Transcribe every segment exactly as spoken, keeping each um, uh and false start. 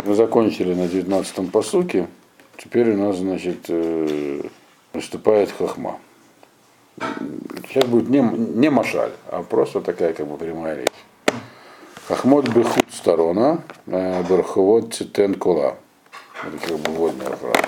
Мы закончили на девятнадцатом пасуке. Теперь у нас, значит, наступает хохма. Сейчас будет не, не машаль, а просто такая как бы прямая речь. Хохмот бехут сторона, берховод цитен кола. Это как бы вводная фраза.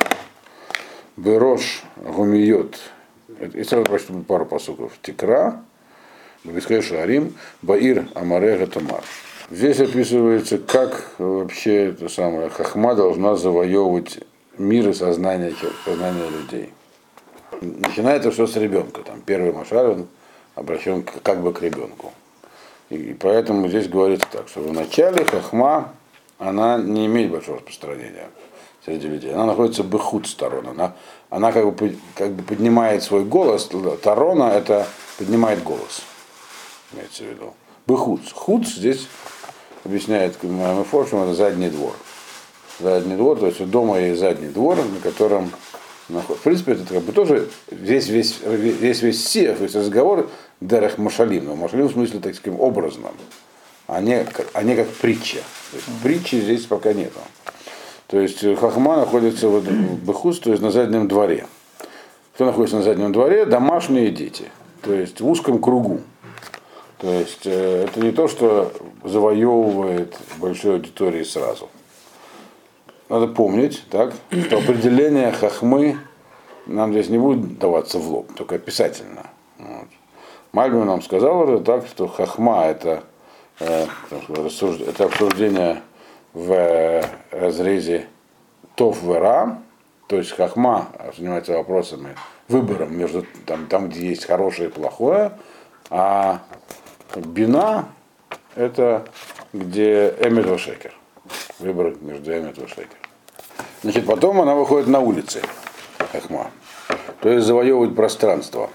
Берош гумиот. И сразу прочту пару пасуков. Тикра, Бескеш Арим, Баир Амарега Тамар. Здесь описывается, как вообще это самое хохма должна завоевывать мир и сознание, сознание людей. Начинается все с ребенка. Там первый машаль, он обращен как бы к ребенку. И, и поэтому здесь говорится так, что в начале хохма, она не имеет большого распространения среди людей. Она находится бехут сторон. Она, она как, бы, как бы поднимает свой голос. Тарона это поднимает голос. Имеется в виду. Бехут. Худ здесь объясняет Мефоршем, это задний двор. Задний двор, то есть у дома есть задний двор, на котором в принципе, это как бы тоже весь весь весь весь сиев, весь разговор Дерех Машалим, но Машалим в смысле, так сказать, образном, а не, а не как притча. То есть притчи здесь пока нету. То есть хохма находится в бехут, то есть на заднем дворе. Кто находится на заднем дворе? Домашние дети. То есть в узком кругу. То есть это не то, что завоевывает большой аудитории сразу. Надо помнить, так, что определение хохмы нам здесь не будет даваться в лоб, только описательно. Вот. Мальбим нам сказал уже так, что хохма это, э, это обсуждение в разрезе тов вера, то есть хохма занимается вопросами, выбором между там, там где есть хорошее и плохое, а бина это где эмет ва шекер. Выбор между эмет ва шекер. Значит, потом она выходит на улицы, хохма, то есть завоевывает пространство.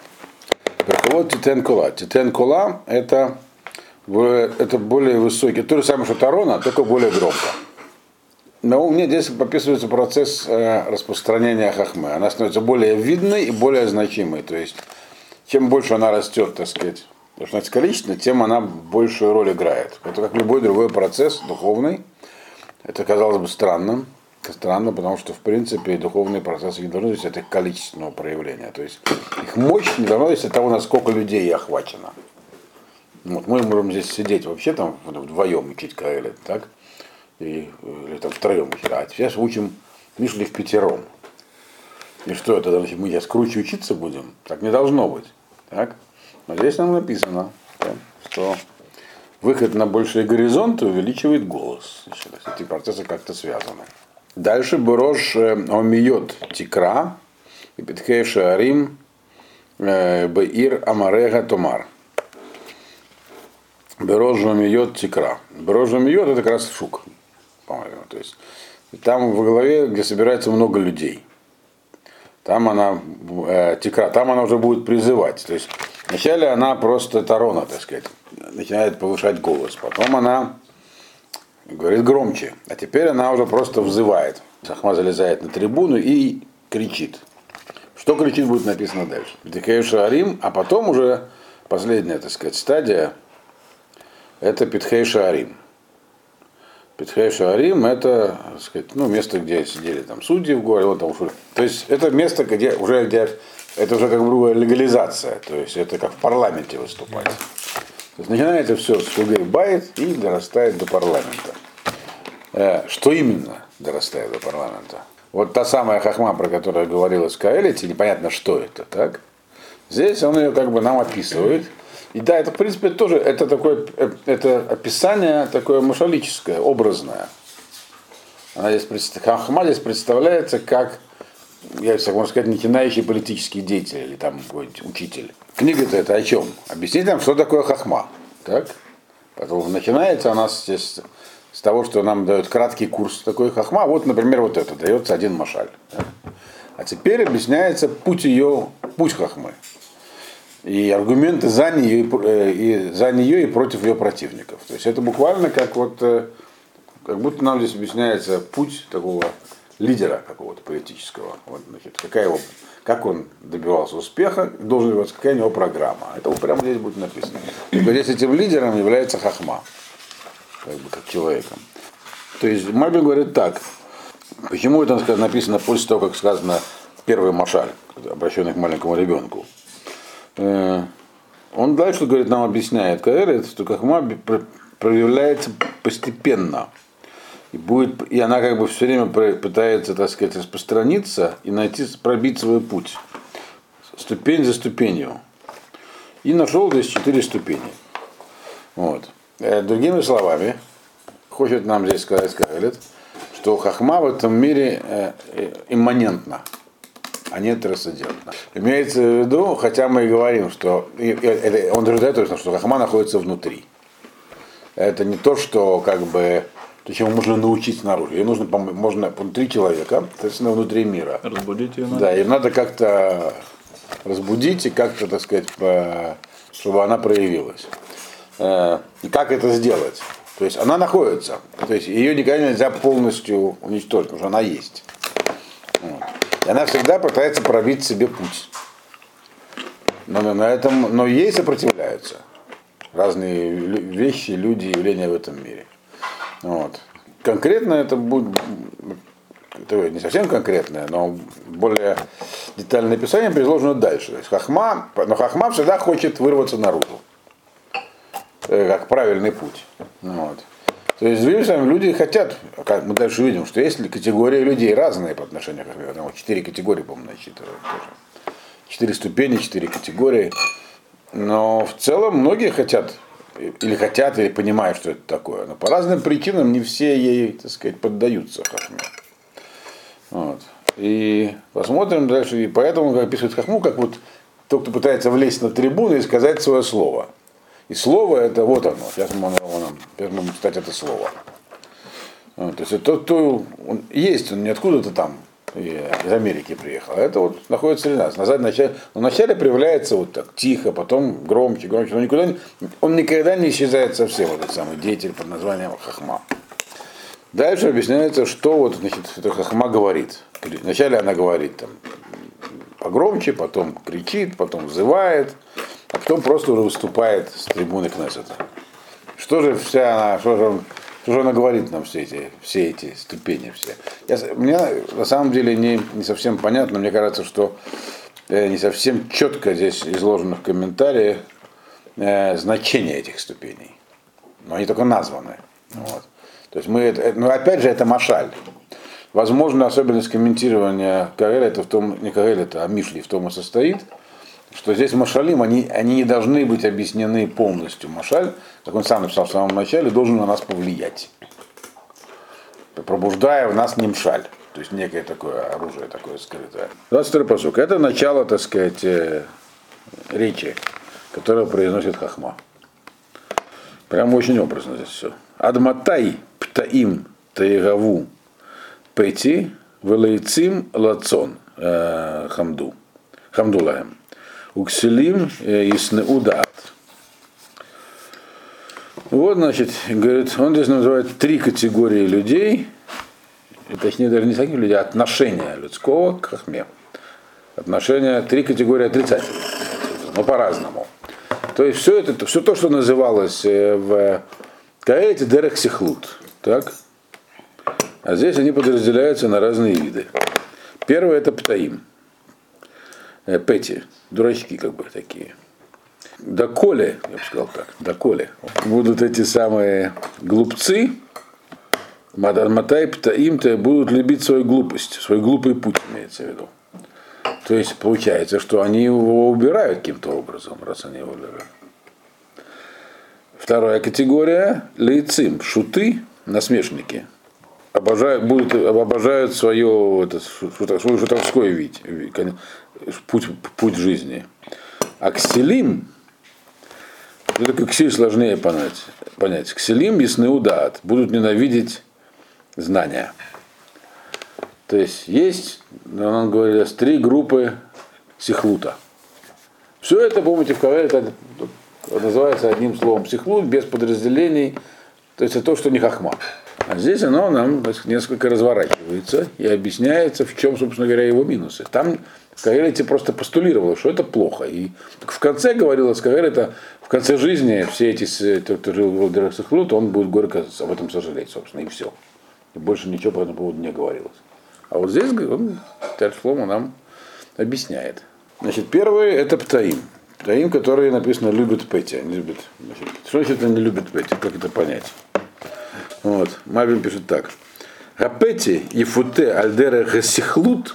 Вот титен кола. Титен кола это, это более высокий, то же самое, что тарона, только более громко. Но у меня здесь описывается процесс распространения хохмы. Она становится более видной и более значимой. То есть, чем больше она растет, так сказать, потому что она количественно, тем она большую роль играет. Это как любой другой процесс духовный. Это казалось бы странным. Это странно, потому что, в принципе, духовные процессы не должны зависеть от их количественного проявления. То есть их мощь не должна зависеть от того, насколько людей охвачено. Вот мы можем здесь сидеть вообще там вдвоем учить Каэлит, так? И, или там втроем учить. А сейчас учим лишь ли в пятером. И что это? Значит, мы сейчас круче учиться будем? Так не должно быть. Так? Но здесь нам написано, да, что выход на большие горизонты увеличивает голос. Значит, эти процессы как-то связаны. Дальше Брош омиот тикра и Петхей Шаарим Баир Амарега Томар. Брош омиот тикра. Брош омиот это как раз шук, по-моему. То есть там во главе, где собирается много людей. Там она э, тикра, там она уже будет призывать. То есть вначале она просто тарона, так сказать, начинает повышать голос. Потом она говорит громче, а теперь она уже просто взывает. Хохма залезает на трибуну и кричит. Что кричит, будет написано дальше. Петхей Шаарим, а потом уже последняя, так сказать, стадия, это Петхей Шаарим. Петхей Шаарим это, так сказать, ну, место, где сидели там судьи в горе, вот там, то есть это место, где уже где, это уже как бы легализация, то есть это как в парламенте выступать. То есть начинается все с Хугей Байт и дорастает до парламента. Э, что именно дорастает до парламента? Вот та самая хохма, про которую я говорил из Каэлити, непонятно, что это, так? Здесь он ее как бы нам описывает. И да, это в принципе тоже это такое, это описание такое машалическое, образное. Она здесь, хохма здесь представляется как, я можно сказать, начинающий политический деятель или там какой-нибудь учитель. Книга-то это о чем? Объяснить нам, что такое хохма. Так? Потом начинается она с, с того, что нам дают краткий курс такой хохма. Вот, например, вот это дается один машаль. Так? А теперь объясняется путь ее, путь хохмы. И аргументы за нее и, и за нее и против ее противников. То есть это буквально как вот, как будто нам здесь объясняется путь такого лидера какого-то политического. Вот, значит, какая его, как он добивался успеха, должен быть какая у него программа. Это вот прямо здесь будет написано. И здесь этим лидером является хохма, как бы как человеком. То есть Мальбим говорит так. Почему это написано после того, как сказано первый машаль, обращенный к маленькому ребенку? Он дальше, говорит, нам объясняет, что хахма проявляется постепенно. И, будет, и она как бы все время пытается, так сказать, распространиться и найти, пробить свой путь. Ступень за ступенью. И нашел здесь четыре ступени. Вот. Другими словами, хочет нам здесь сказать Кагелет, что хахма в этом мире имманентна, а не трансцендентна. Имеется в виду, хотя мы и говорим, что он утверждает точно, что хахма находится внутри. Это не то, что как бы то, чему можно научить снаружи. Ее нужно, можно внутри человека, соответственно, внутри мира. Разбудить ее надо. Да, им надо как-то разбудить и как-то, так сказать, чтобы она проявилась. И как это сделать? То есть она находится. То есть ее никогда нельзя полностью уничтожить, потому что она есть. Вот. И она всегда пытается пробить себе путь. Но, на этом, но ей сопротивляются разные вещи, люди, явления в этом мире. Вот. Конкретно это будет, это не совсем конкретное, но более детальное описание предложено дальше. То есть хахма, но хахма всегда хочет вырваться наружу, как правильный путь. Вот. То есть люди хотят, как мы дальше видим, что есть категории людей разные по отношению к хахме. Четыре категории, по-моему, насчитывают тоже. Четыре ступени, четыре категории. Но в целом многие хотят, или хотят, или понимают, что это такое. Но по разным причинам не все ей, так сказать, поддаются хахме. Вот. И посмотрим дальше. И поэтому он описывает хахму, как вот тот, кто пытается влезть на трибуну и сказать свое слово. И слово это вот оно. Сейчас мы будем читать это слово. Вот. То есть это тот, кто он есть, он не откуда-то там из Америки приехал. А это вот находится среди нас. Назад, вначале, но вначале проявляется вот так, тихо, потом громче, громче. Но никуда не, он никогда не исчезает совсем, вот этот самый деятель под названием хахма. Дальше объясняется, что вот, значит, эта хахма говорит. Вначале она говорит там погромче, потом кричит, потом взывает, а потом просто уже выступает с трибуны Кнессета. Что же вся она, что же он, что же она говорит нам все эти, все эти ступени все? Я, мне на самом деле не, не совсем понятно, мне кажется, что э, не совсем четко здесь изложено в комментариях э, значение этих ступеней. Но они только названы. Вот. То есть мы, это, но опять же это машаль. Возможно, особенность комментирования Кагеля, это в том, не Кагеля, это, а Мишли в том и состоит, что здесь машалим, они, они не должны быть объяснены полностью. Машаль, как он сам написал в самом начале, должен на нас повлиять, пробуждая в нас немшаль, то есть некое такое оружие, такое скрытое. двадцать второй пасук. Это начало, так сказать, речи, которое произносит хахма. Прям очень образно здесь все. Адматай птаим таигаву пети велейцим лацон хамду хамдулаем. Укселим яснеу даат. Вот, значит, говорит, он здесь называет три категории людей, точнее даже не таких людей, а отношения людского к хахме. Отношения, три категории отрицательных, но по-разному. То есть все это, все то, что называлось в Каэлете дерех сихлут, так? А здесь они подразделяются на разные виды. Первое это птаим. Пети, дурачки как бы такие. Доколе, я бы сказал так, доколе будут эти самые глупцы, матай птаим-то будут любить свою глупость, свой глупый путь имеется в виду. То есть получается, что они его убирают каким-то образом, раз они его любят. Вторая категория лейцим, шуты, насмешники. Обожают, будут, обожают свое, это, свой шутовской вид, путь, путь жизни. А кселим, это такое ксель сложнее понять. понять. Кселим яснеудаат, будут ненавидеть знания. То есть есть, он говорит, три группы сихлута. Все это, помните, в Кавеле это называется одним словом сихлут, без подразделений. То есть это то, что не хахма. А здесь оно нам несколько разворачивается и объясняется, в чем, собственно говоря, его минусы. Там Кавелете просто постулировало, что это плохо. И в конце говорилось, Кавелета, в конце жизни все эти, тот, кто жил в Дерехсихлут, он будет горько об этом сожалеть, собственно, и все. И больше ничего по этому поводу не говорилось. А вот здесь он, Тер Шломо нам объясняет. Значит, первое это Птаим. Птаим, которые написано любят Пети. Они любят. Значит, что значит они любят Пети? Как это понять? Вот. Мальбим пишет так. Гапети ефуте альдера гасихлут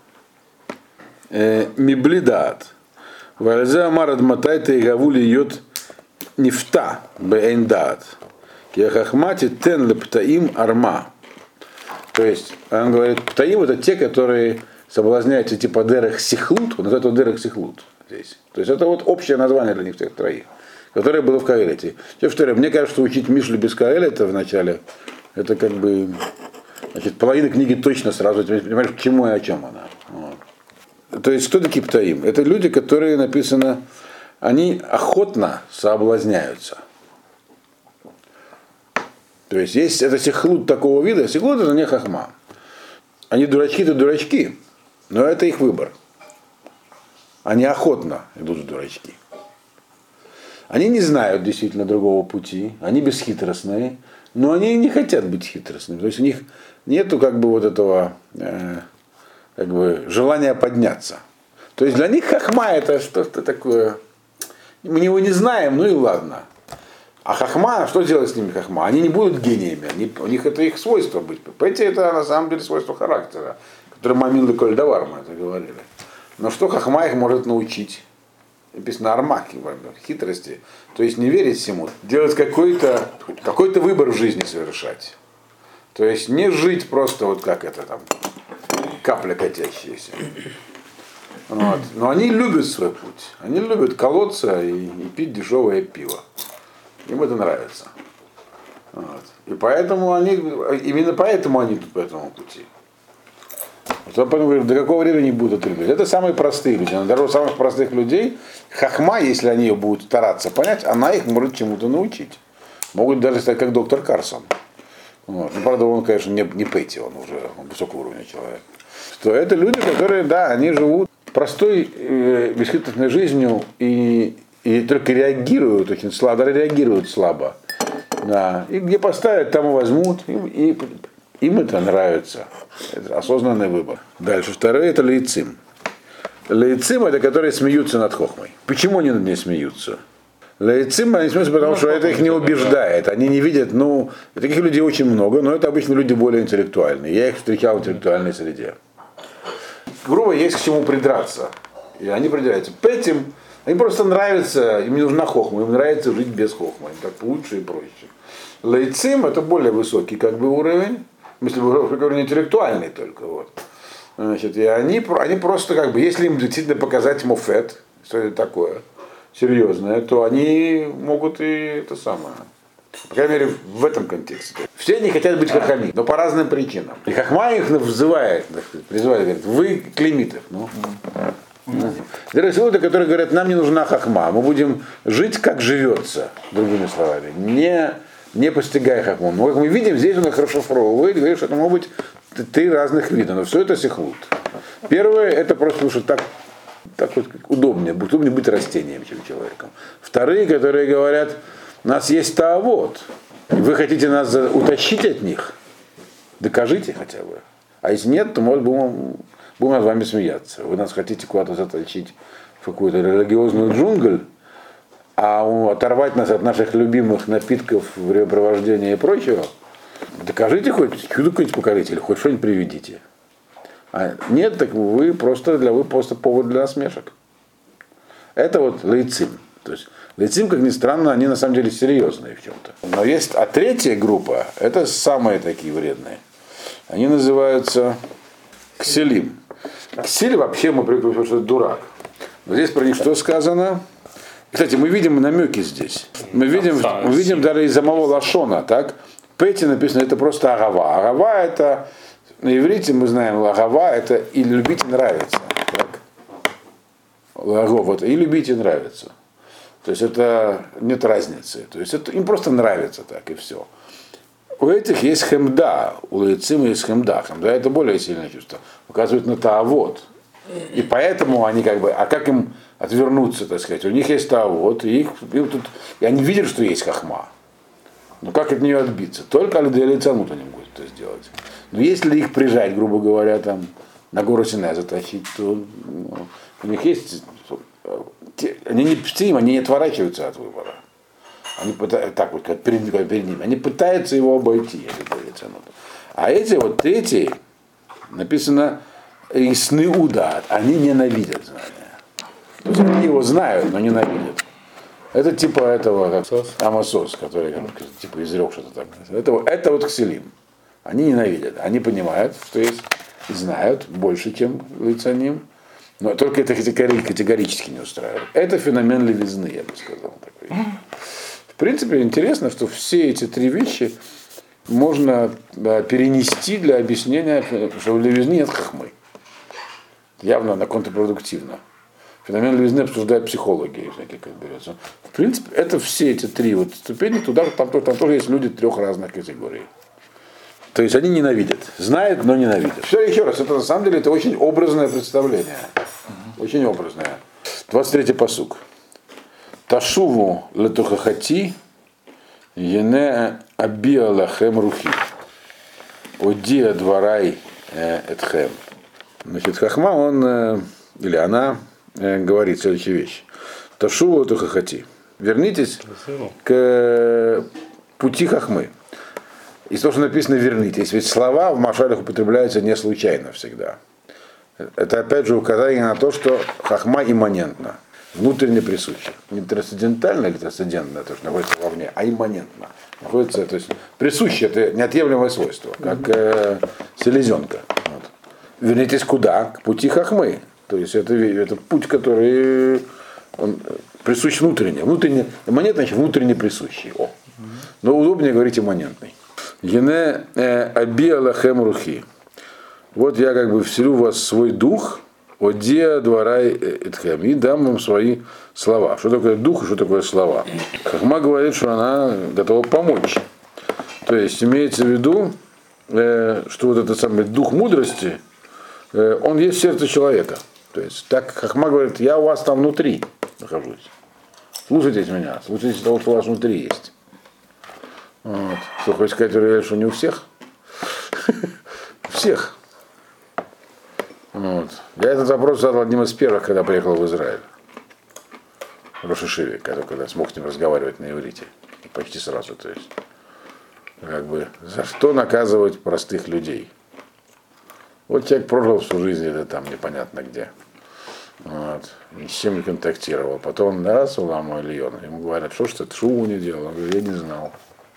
миблидаат. Вальзе амар адматайта и гавули йод нефта бэйндаат. Киахахмати тен лептаим арма. То есть, он говорит, птаим это те, которые соблазняются типа дерах сихлут, он называет его дерах сихлут здесь. То есть это вот общее название для них всех троих, которое было в Каэлете. Мне кажется, что учить Мишлю без Каэлета в начале, это как бы, значит, половина книги точно сразу, ты понимаешь, к чему и о чем она. Вот. То есть кто такие птаим? Это люди, которые написано, они охотно соблазняются. То есть есть это сихлут такого вида, сихлут это не хахма. Они дурачки-то дурачки, но это их выбор. Они охотно идут в дурачки. Они не знают действительно другого пути, они бесхитростные, но они не хотят быть хитростными. То есть у них нету как бы вот этого э, как бы желания подняться. То есть для них хахма это что-то такое, мы его не знаем, ну и ладно. А хахма, что делать с ними хахма? Они не будут гениями, они, у них это их свойство быть. Пэти это на самом деле свойство характера, которое мамин леколь давар, мы это говорили. Но что хахма их может научить? Написано армак, хитрости. То есть не верить всему, делать какой-то какой-то выбор в жизни совершать. То есть не жить просто вот как это там, капля катящаяся. Вот. Но они любят свой путь. Они любят колоться и, и пить дешевое пиво. Им это нравится. Вот. И поэтому они, именно поэтому они идут по этому пути. Вот он говорит, до какого времени будут это любить? Это самые простые люди. На дорогу самых простых людей хахма, если они ее будут стараться понять, она их может чему-то научить. Могут даже стать как доктор Карсон. Вот. Ну, правда, он, конечно, не, не Пэти, он уже он высокого уровня человек. Что это люди, которые, да, они живут простой, э, бесхитростной жизнью и И только реагируют очень слабо, реагируют слабо. Да. И где поставят, там и возьмут. И, и, им это нравится. Это осознанный выбор. Дальше. Второе это лейцим. Лейцим это которые смеются над хохмой. Почему они над ней смеются? Лейцим они смеются, потому что это их не убеждает. Они не видят, ну, таких людей очень много, но это обычно люди более интеллектуальные. Я их встречал в интеллектуальной среде. Грубо есть к чему придраться. И они придираются. Пэтим им просто нравится, им не нужна хохма, им нравится жить без хохмы, им так лучше и проще. Лейцим это более высокий как бы уровень, если вы говорите интеллектуальный только. Вот. Значит, и они, они просто как бы, если им действительно показать мофет, что это такое серьезное, то они могут и это самое. По крайней мере, в этом контексте. Все они хотят быть хахами, но по разным причинам. И хахма их взывает, призывает, говорит, вы климитов. Ну. Это люди, которые говорят, нам не нужна хахма, мы будем жить, как живется, другими словами, не, не постигая хахму. Но как мы видим, здесь он их расшифровывает, говорит, что это могут быть три разных вида, но все это сихлут. Первое, это просто потому что так, так вот удобнее, удобнее быть растением, чем человеком. Вторые, которые говорят, у нас есть таавот, вы хотите нас утащить от них, докажите хотя бы. А если нет, то может будем, будем над вами смеяться. Вы нас хотите куда-то затащить в какую-то религиозную джунгль, а оторвать нас от наших любимых напитков, времяпровождения и прочего. Докажите хоть чудо какое-нибудь покорите, или хоть что-нибудь приведите. А нет, так вы просто для вы просто повод для насмешек. Это вот лейцим. То есть лейцим, как ни странно, они на самом деле серьезные в чем-то. Но есть, а третья группа, это самые такие вредные. Они называются кселим. Ксель вообще мы привыкли, что это дурак. Но здесь про них что сказано? Кстати, мы видим намеки здесь. Мы видим, мы видим даже из самого лашона, так? Пэти написано, это просто агава. Агава это, на иврите мы знаем, агава это и любить и нравится. Так? Агов это и любить и нравится. То есть это нет разницы. То есть это, им просто нравится так и все. У этих есть хемда, у лейцима есть хемда. Хемда это более сильное чувство. Указывает на таавот. И поэтому они как бы, а как им отвернуться, так сказать? У них есть таавот, и, их, и, тут, и они видят, что есть хахма. Но как от нее отбиться? Только алидей лицанут они будут. это сделать. Но если их прижать, грубо говоря, там, на гору Синай затащить, то ну, у них есть... Те, они не псим, они не отворачиваются от выбора. Они пытаются, так вот, как перед, как перед ними, они пытаются его обойти, если говорится. А эти вот третьи, написано, и сны удат, они ненавидят знания. То есть они его знают, но ненавидят. Это типа этого, как Амосос, который типа изрек что-то такое. Это, это вот кселим. Они ненавидят, они понимают, что есть, знают больше, чем лицаним, но только это категорически не устраивает. Это феномен левизны, я бы сказал. Такой. В принципе, интересно, что все эти три вещи можно да, перенести для объяснения, что в левизны нет хахмы. Явно она контрпродуктивна. Феномен левизны обсуждают психологи, всякие, как берется. В принципе, это все эти три вот ступени, туда, там, там тоже есть люди трех разных категорий. То есть они ненавидят. Знают, но ненавидят. Все, еще раз, это на самом деле это очень образное представление. Очень образное. двадцать третий пасук. Ташуву летухахати ене абия лахем рухи. Одия дварай этхем. Значит, хахма, он, или она, говорит следующую вещь. Ташуву летухахати. Вернитесь к пути хахмы. Из того, что написано «вернитесь». Ведь слова в машалях употребляются не случайно всегда. Это опять же указание на то, что хахма имманентна, внутренне присуща. Не трансцендентально или трансцендентно, то, что находится вовне, а имманентно. Находится, то есть присуще, это неотъемлемое свойство, как э, селезенка. Вот. Вернитесь куда? К пути хахмы. То есть это, это путь, который он, присущ внутренне. Внутренне имманентно, значит внутренне присущий. О. Но удобнее говорить имманентный. Ене абия лахем рухи. Вот я как бы вселю в вас свой дух, одия дварай этхем, и дам вам свои слова. Что такое дух и что такое слова? Хахма говорит, что она готова помочь. То есть имеется в виду, что вот этот самый дух мудрости, он есть в сердце человека. То есть так Хахма говорит, я у вас там внутри нахожусь. Слушайтесь меня, слушайтесь того, что у вас внутри есть. Вот. Что хочешь сказать, что не у всех? Всех. Вот. Я этот вопрос задал одним из первых, когда приехал в Израиль. В Рошишиве, когда, когда смог с ним разговаривать на иврите. Почти сразу, то есть. Как бы, за что наказывать простых людей? Вот человек прожил всю жизнь, это там непонятно где. Вот. Ни с чем не контактировал. Потом, да, Суламу Ильон, ему говорят, что ж ты шуву не делал? Он говорит, я не знал.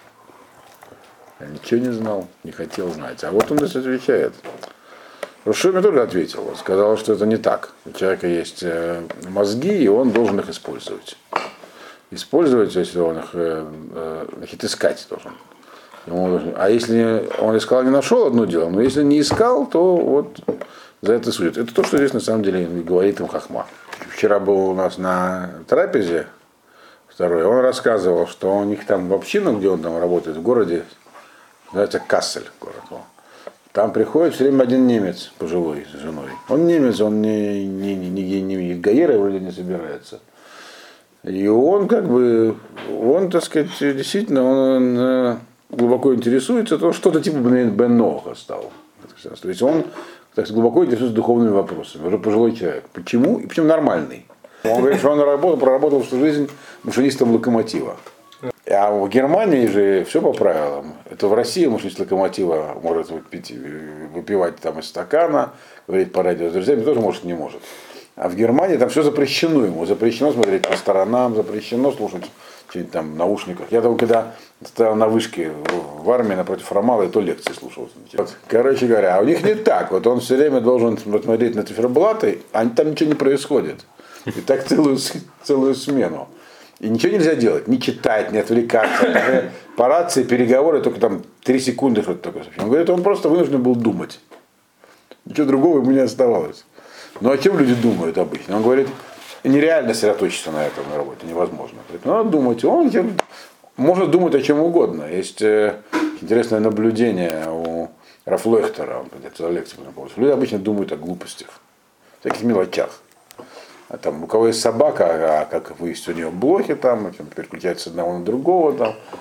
Я ничего не знал, не хотел знать. А вот он здесь отвечает. Рошуми тоже ответил. Он сказал, что это не так. У человека есть мозги, и он должен их использовать. Использовать, если он их значит, искать должен. Ему, а если он искал, не нашел, одно дело. Но если не искал, то вот за это судят. Это то, что здесь на самом деле говорит им Хахма. Вчера был у нас на трапезе второй. Он рассказывал, что у них там в общину, где он там работает, в городе, называется Кассель город. Там приходит все время один немец пожилой с женой. Он немец, он не, не, не, не, не гаера вроде не собирается. И он как бы, он, так сказать, действительно, он, он глубоко интересуется, то что-то типа Бен Ноха стал. То есть он так сказать, глубоко интересуется духовными вопросами. Уже пожилой человек. Почему? И причем нормальный. Он говорит, что он работал, проработал всю жизнь машинистом локомотива. А в Германии же все по правилам. Это в России машинист локомотива может выпить, выпивать там из стакана, говорить по радио с друзьями, тоже может, не может. А в Германии там все запрещено ему. Запрещено смотреть по сторонам, запрещено слушать что-нибудь там в наушниках. Я там, когда стоял на вышке в армии напротив Рамала, и то лекции слушал. Вот. Короче говоря, а у них не так. Вот он все время должен смотреть на циферблаты, а там ничего не происходит. И так целую, целую смену. И ничего нельзя делать, не читать, не отвлекаться. По рации переговоры только там три секунды что-то такое. Он говорит, он просто вынужден был думать. Ничего другого ему не оставалось. Ну о чем люди думают обычно? Он говорит, нереально сосредоточиться на этом на работе, невозможно. Говорит, ну, надо думать. Он может думать о чем угодно. Есть интересное наблюдение у Рафлехтера, он где-то лекцию напомнил. Люди обычно думают о глупостях, всяких мелочах. А там, у кого есть собака, а как выяснить, у нее блохи там, переключать с одного на другого там.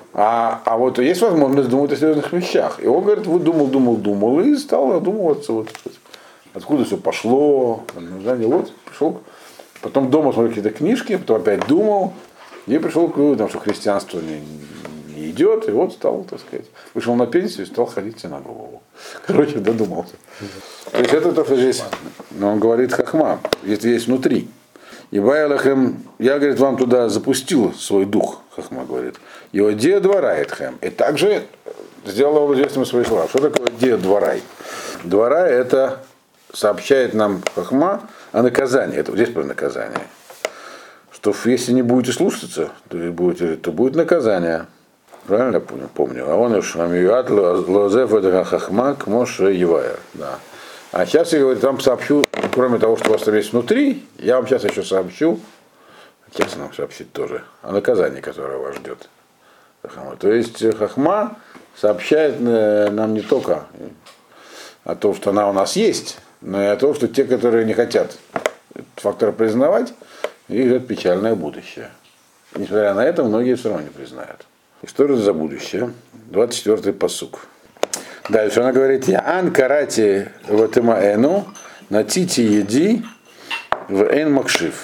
А, а вот есть возможность думать о серьезных вещах. И он, говорит, вот думал, думал, думал, и стал задумываться, вот, откуда все пошло. Вот, пришел, потом дома смотрел какие-то книжки, потом опять думал, и пришел к выводу, что христианство не, не идет, и вот стал, так сказать, вышел на пенсию и стал ходить в синагогу. Короче, додумался. То есть это то, что здесь, он говорит хахма, это есть внутри. Ибо я, я, говорит, вам туда запустил свой дух, хахма говорит. Его дея дворает хэм. И также сделал его известным свои слова. Что такое дея дворай? Дворай это сообщает нам хахма о наказании. Это здесь про наказание. Что если не будете слушаться, то будет, то будет наказание. Правильно я помню? помню. А он уж амиюат лозеф это хахма к моше евайер. Да. А сейчас я говорю, вам сообщу, кроме того, что у вас там есть внутри, я вам сейчас еще сообщу, сейчас нам сообщит тоже, о наказании, которое вас ждет. То есть хахма сообщает нам не только о том, что она у нас есть, но и о том, что те, которые не хотят этот фактор признавать, их ждет печальное будущее. Несмотря на это, многие все равно не признают. И что это за будущее? двадцать четвёртый пасук. Дальше она говорит, Яан карати в Тимаэну, на тити еди в Эйн Макшив.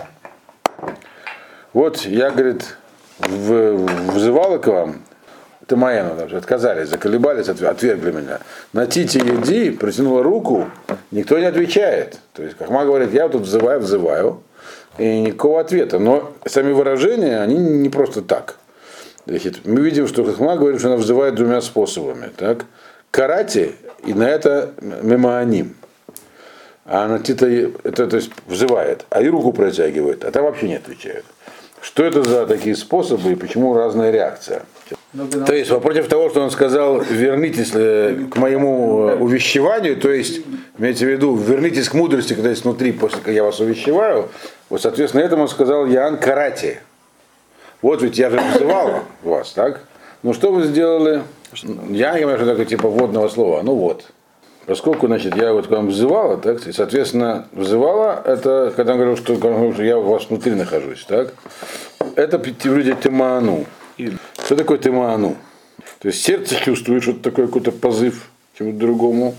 Вот я, говорит, взывала к вам, Тимаэну, отказались, заколебались, отвергли меня. На тити еди протянула руку, никто не отвечает. То есть, как Хахма говорит, я тут взываю, взываю, и никакого ответа. Но сами выражения, они не просто так. Значит, мы видим, что Хахма говорит, что она взывает двумя способами. Так? Карати, и на это мемоаним. А на тита это то есть взывает, а и руку протягивает, а там вообще не отвечает. Что это за такие способы и почему разная реакция? То есть, против того, что он сказал, вернитесь к моему увещеванию, то есть, имейте в виду, вернитесь к мудрости, когда есть внутри, после как я вас увещеваю, вот, соответственно, этому он сказал Яан карати. Вот ведь я же взывал вас, так? Ну что вы сделали? Я не знаю, что такое типа вводного слова. Ну вот. Поскольку, значит, я вот к вам взывала, так, и, соответственно, взывала, это, когда он говорил, что, что я у вас внутри нахожусь, так, это вроде тимаану. Что такое тимаану? То есть сердце чувствует, что это такой какой-то позыв к чему-то другому,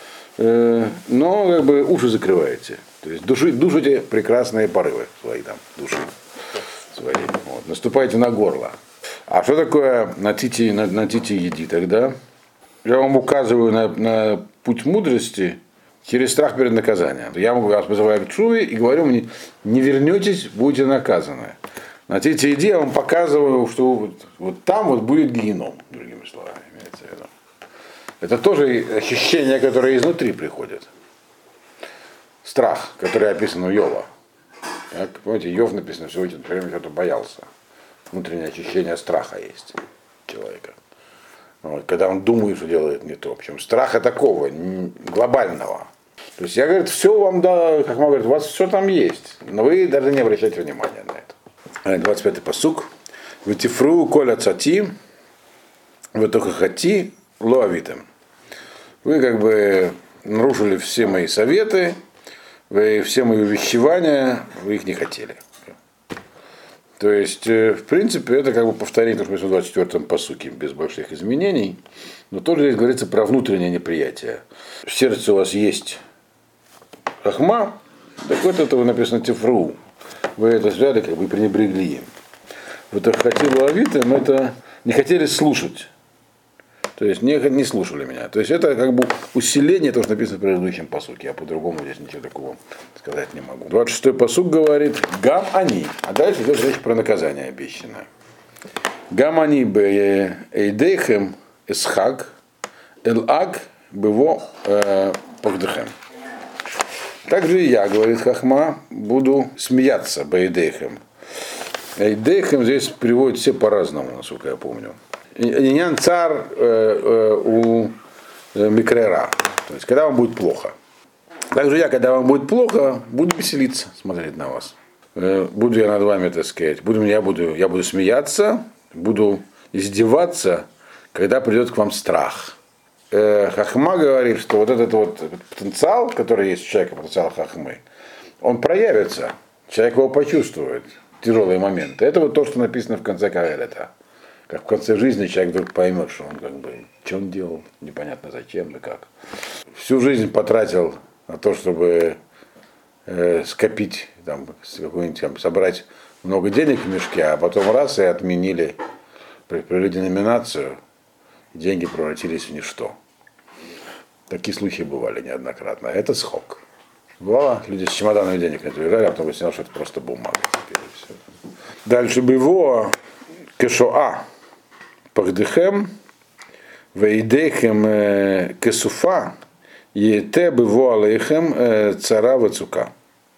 но как бы уши закрываете. То есть души, душите прекрасные порывы свои там, души свои. Вот. Наступаете на горло. А что такое на тити, на, на тити еди тогда? Я вам указываю на, на путь мудрости через страх перед наказанием. Я вас вызываю к чуве и говорю мне, не вернетесь, будете наказаны. На тити еди я вам показываю, что вот, вот там вот будет геном, другими словами. Имеется в виду. Это тоже ощущение, которое изнутри приходит. Страх, который описан у Йова. Как, помните, Йов написано, что все время кто-то боялся. Внутреннее ощущение страха есть у человека. Вот, когда он думает, что делает не то. Причем страха такого, глобального. То есть я, говорю, все вам, да, как говорит, у вас все там есть. Но вы даже не обращайте внимания на это. двадцать пятый пасук. Вытифру коля цати, вы только хати лоавитым. Вы как бы нарушили все мои советы, вы все мои увещевания, вы их не хотели. То есть, в принципе, это как бы повторение, то, что мы в двадцать четвёртом пасуке, без больших изменений. Но тоже здесь говорится про внутреннее неприятие. В сердце у вас есть хахма, так вот это написано тифру. Вы это взяли, как бы пренебрегли им. Вот это хотели авитым, это не хотели слушать. То есть не, не слушали меня. То есть это как бы усиление того, что написано в предыдущем пасуке. Я по-другому здесь ничего такого сказать не могу. двадцать шестой пасук говорит гам они. А дальше идет речь про наказание обещанное. Гам они бе эйдейхем эсхаг эл-аг бево пагдехем. Также и я, говорит Хахма, буду смеяться бе эйдейхем. Эйдейхем здесь переводят все по-разному, насколько я помню. Иньян цар э, э, у э, микрера. То есть, когда вам будет плохо. Также я, когда вам будет плохо, буду веселиться, смотреть на вас. Э, буду я над вами, так сказать. Буду, я, буду, я буду смеяться, буду издеваться, когда придет к вам страх. Э, Хахма говорит, что вот этот вот потенциал, который есть у человека, потенциал Хахмы, он проявится. Человек его почувствует. Тяжелые моменты. Это вот то, что написано в конце Каэлета. Как в конце жизни человек вдруг поймет, что он как бы, что он делал, непонятно зачем и как. Всю жизнь потратил на то, чтобы э, скопить, там, какой-нибудь, там, собрать много денег в мешке, а потом раз и отменили, провели деноминацию, деньги превратились в ничто. Такие случаи бывали неоднократно. Это схок. Бывало, люди с чемоданами денег не уезжали, а потом выяснилось, что это просто бумага. Дальше бы его кешоа пахдыхем вейдейхем кесуфа ете быво алейхем цара вацука.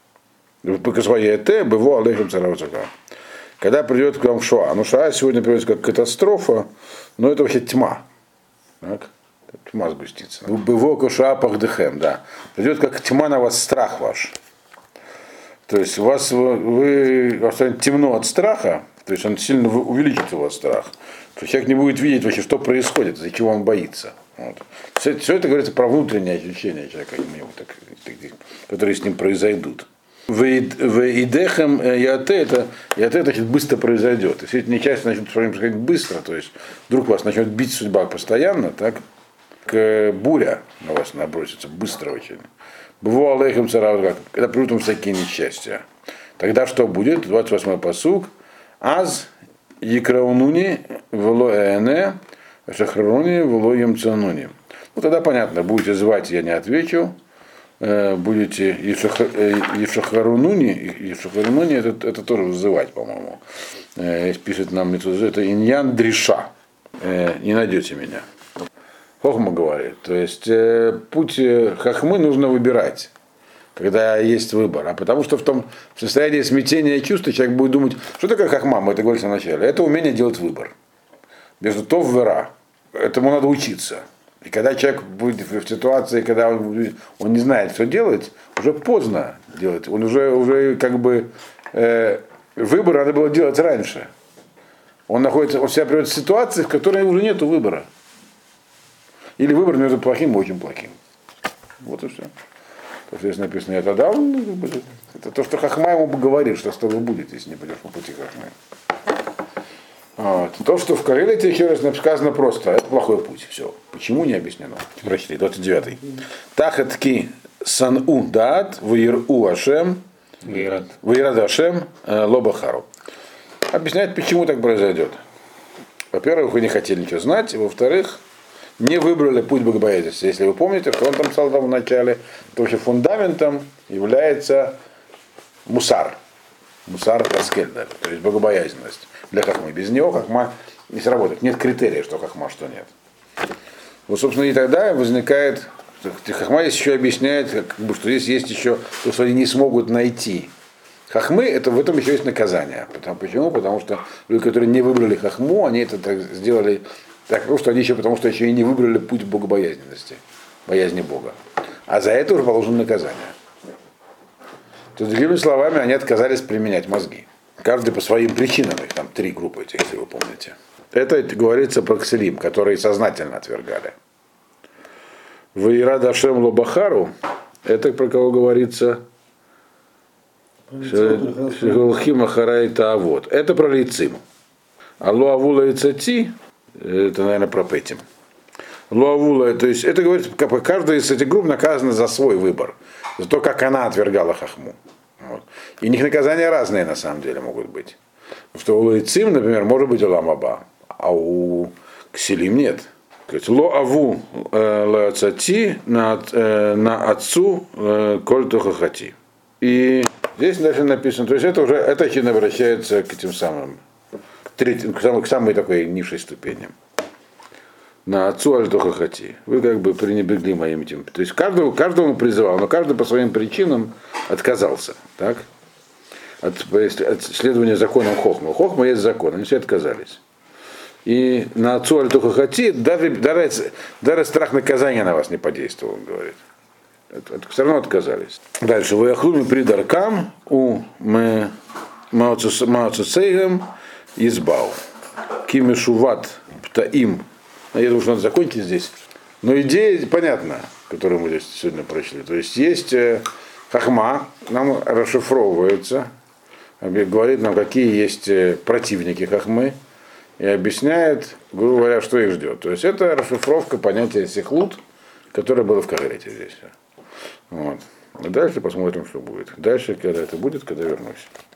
Ете быво алейхем цара вацука. Когда придет к вам шоа. Ну, шоа сегодня приводится как катастрофа, но это вообще тьма. Так? Тьма сгустится. Быво кешоа пахдыхем, да. Придет как тьма на вас, страх ваш. То есть у вас, вы, вы, у вас станет темно от страха, то есть он сильно увеличит у вас страх. То есть человек не будет видеть вообще, что происходит, за чего он боится. Вот. Все, все это говорится про внутренние ощущения человека, которые с ним произойдут. В идехем яте, это яте, это значит, быстро произойдет. Если эти несчастья начнут происходить быстро, то есть вдруг вас начнет бить судьба постоянно, так, к буря на вас набросится, быстро очень. Бывало алейхем цара, когда придут вам всякие несчастья. Тогда что будет? двадцать восьмой пасук. Аз екраунуни вело эне, шахраруни вело емцануни. Ну тогда понятно, будете звать, я не отвечу. Будете ешахарунуни, ешахарунуни это, это тоже вызывать, по-моему. Пишет нам это иньян дриша. Не найдете меня. Хохма говорит, то есть э, путь хохмы нужно выбирать, когда есть выбор. А потому что в том в состоянии смятения чувства человек будет думать, что такое хохма, мы это говорили в начале. Это умение делать выбор. Между то в вера. Этому надо учиться. И когда человек будет в ситуации, когда он, он не знает, что делать, уже поздно делать. Он уже, уже как бы э, выбор надо было делать раньше. Он находится, он себя приводит в ситуации, в которой уже нет выбора. Или выбор между плохим и очень плохим. Вот и все. То, что здесь написано, это да, это то, что Хахма ему бы говорит, что с тобой будет, если не пойдешь по пути Хахмы. Вот. То, что в Корелете еще раз сказано просто, это плохой путь. Все. Почему не объяснено? Прочли, двадцать девятый. Тахатки сан-у даат ваир-у ашем ваирад ашем лобахару. Объясняет, почему так произойдет. Во-первых, вы не хотели ничего знать, во-вторых, не выбрали путь богобоязненности. Если вы помните, что он там сказал в начале, то что фундаментом является мусар. Мусар аскель, да, то есть богобоязненность для хахмы. Без него хахма не сработает. Нет критерия, что хахма, что нет. Вот, собственно, и тогда возникает, хахма здесь еще объясняет, как бы, что здесь есть еще то, что они не смогут найти. Хахмы, это в этом еще есть наказание. Потому, почему? Потому что люди, которые не выбрали хахму, они это так сделали. Так, потому что они еще, потому что еще и не выбрали путь богобоязненности, боязни Бога. А за это уже положено наказание. То есть, другими словами, они отказались применять мозги. Каждый по своим причинам, их там три группы этих, если вы помните. Это говорится про Кселим, которые сознательно отвергали. Ваирад Ашем Лобахару, это про кого говорится? Шеголхим Ахарай Таавот. Это про Лейцим. А Луавула и Цати, это, наверное, про Петим. Луавула, то есть это говорит, как каждая из этих групп наказана за свой выбор, за то, как она отвергала хахму. Вот. И у них наказания разные на самом деле могут быть. Потому что у Лейцим, например, может быть улам аба, а у Кселим нет. Ло аву лацати на отцу коль тухахати. И здесь дальше написано, то есть это уже, это очевидно обращается к этим самым, третьим, к самой, к самой такой низшей ступени. На отцу аль-тухахати. Вы как бы пренебрегли моим этим. То есть каждого, каждому призывал, но каждый по своим причинам отказался. Так? От, от следования законам Хохма. У Хохма есть закон, они все отказались. И на отцу аль-тухахати даже, даже, даже страх наказания на вас не подействовал, он говорит. Это, это, все равно отказались. Дальше. Вы охлуми придаркам у мауцусейгам избау. Кимешуват птаим. Я думаю, что надо закончить здесь. Но идея понятна, которую мы здесь сегодня прочли. То есть есть э, хахма, нам расшифровывается, говорит нам, какие есть противники хахмы. и объясняет, грубо говоря, что их ждет. То есть это расшифровка понятия сихлут, которое было в Кагрете здесь. Вот. А дальше посмотрим, что будет. Дальше, когда это будет, когда вернусь.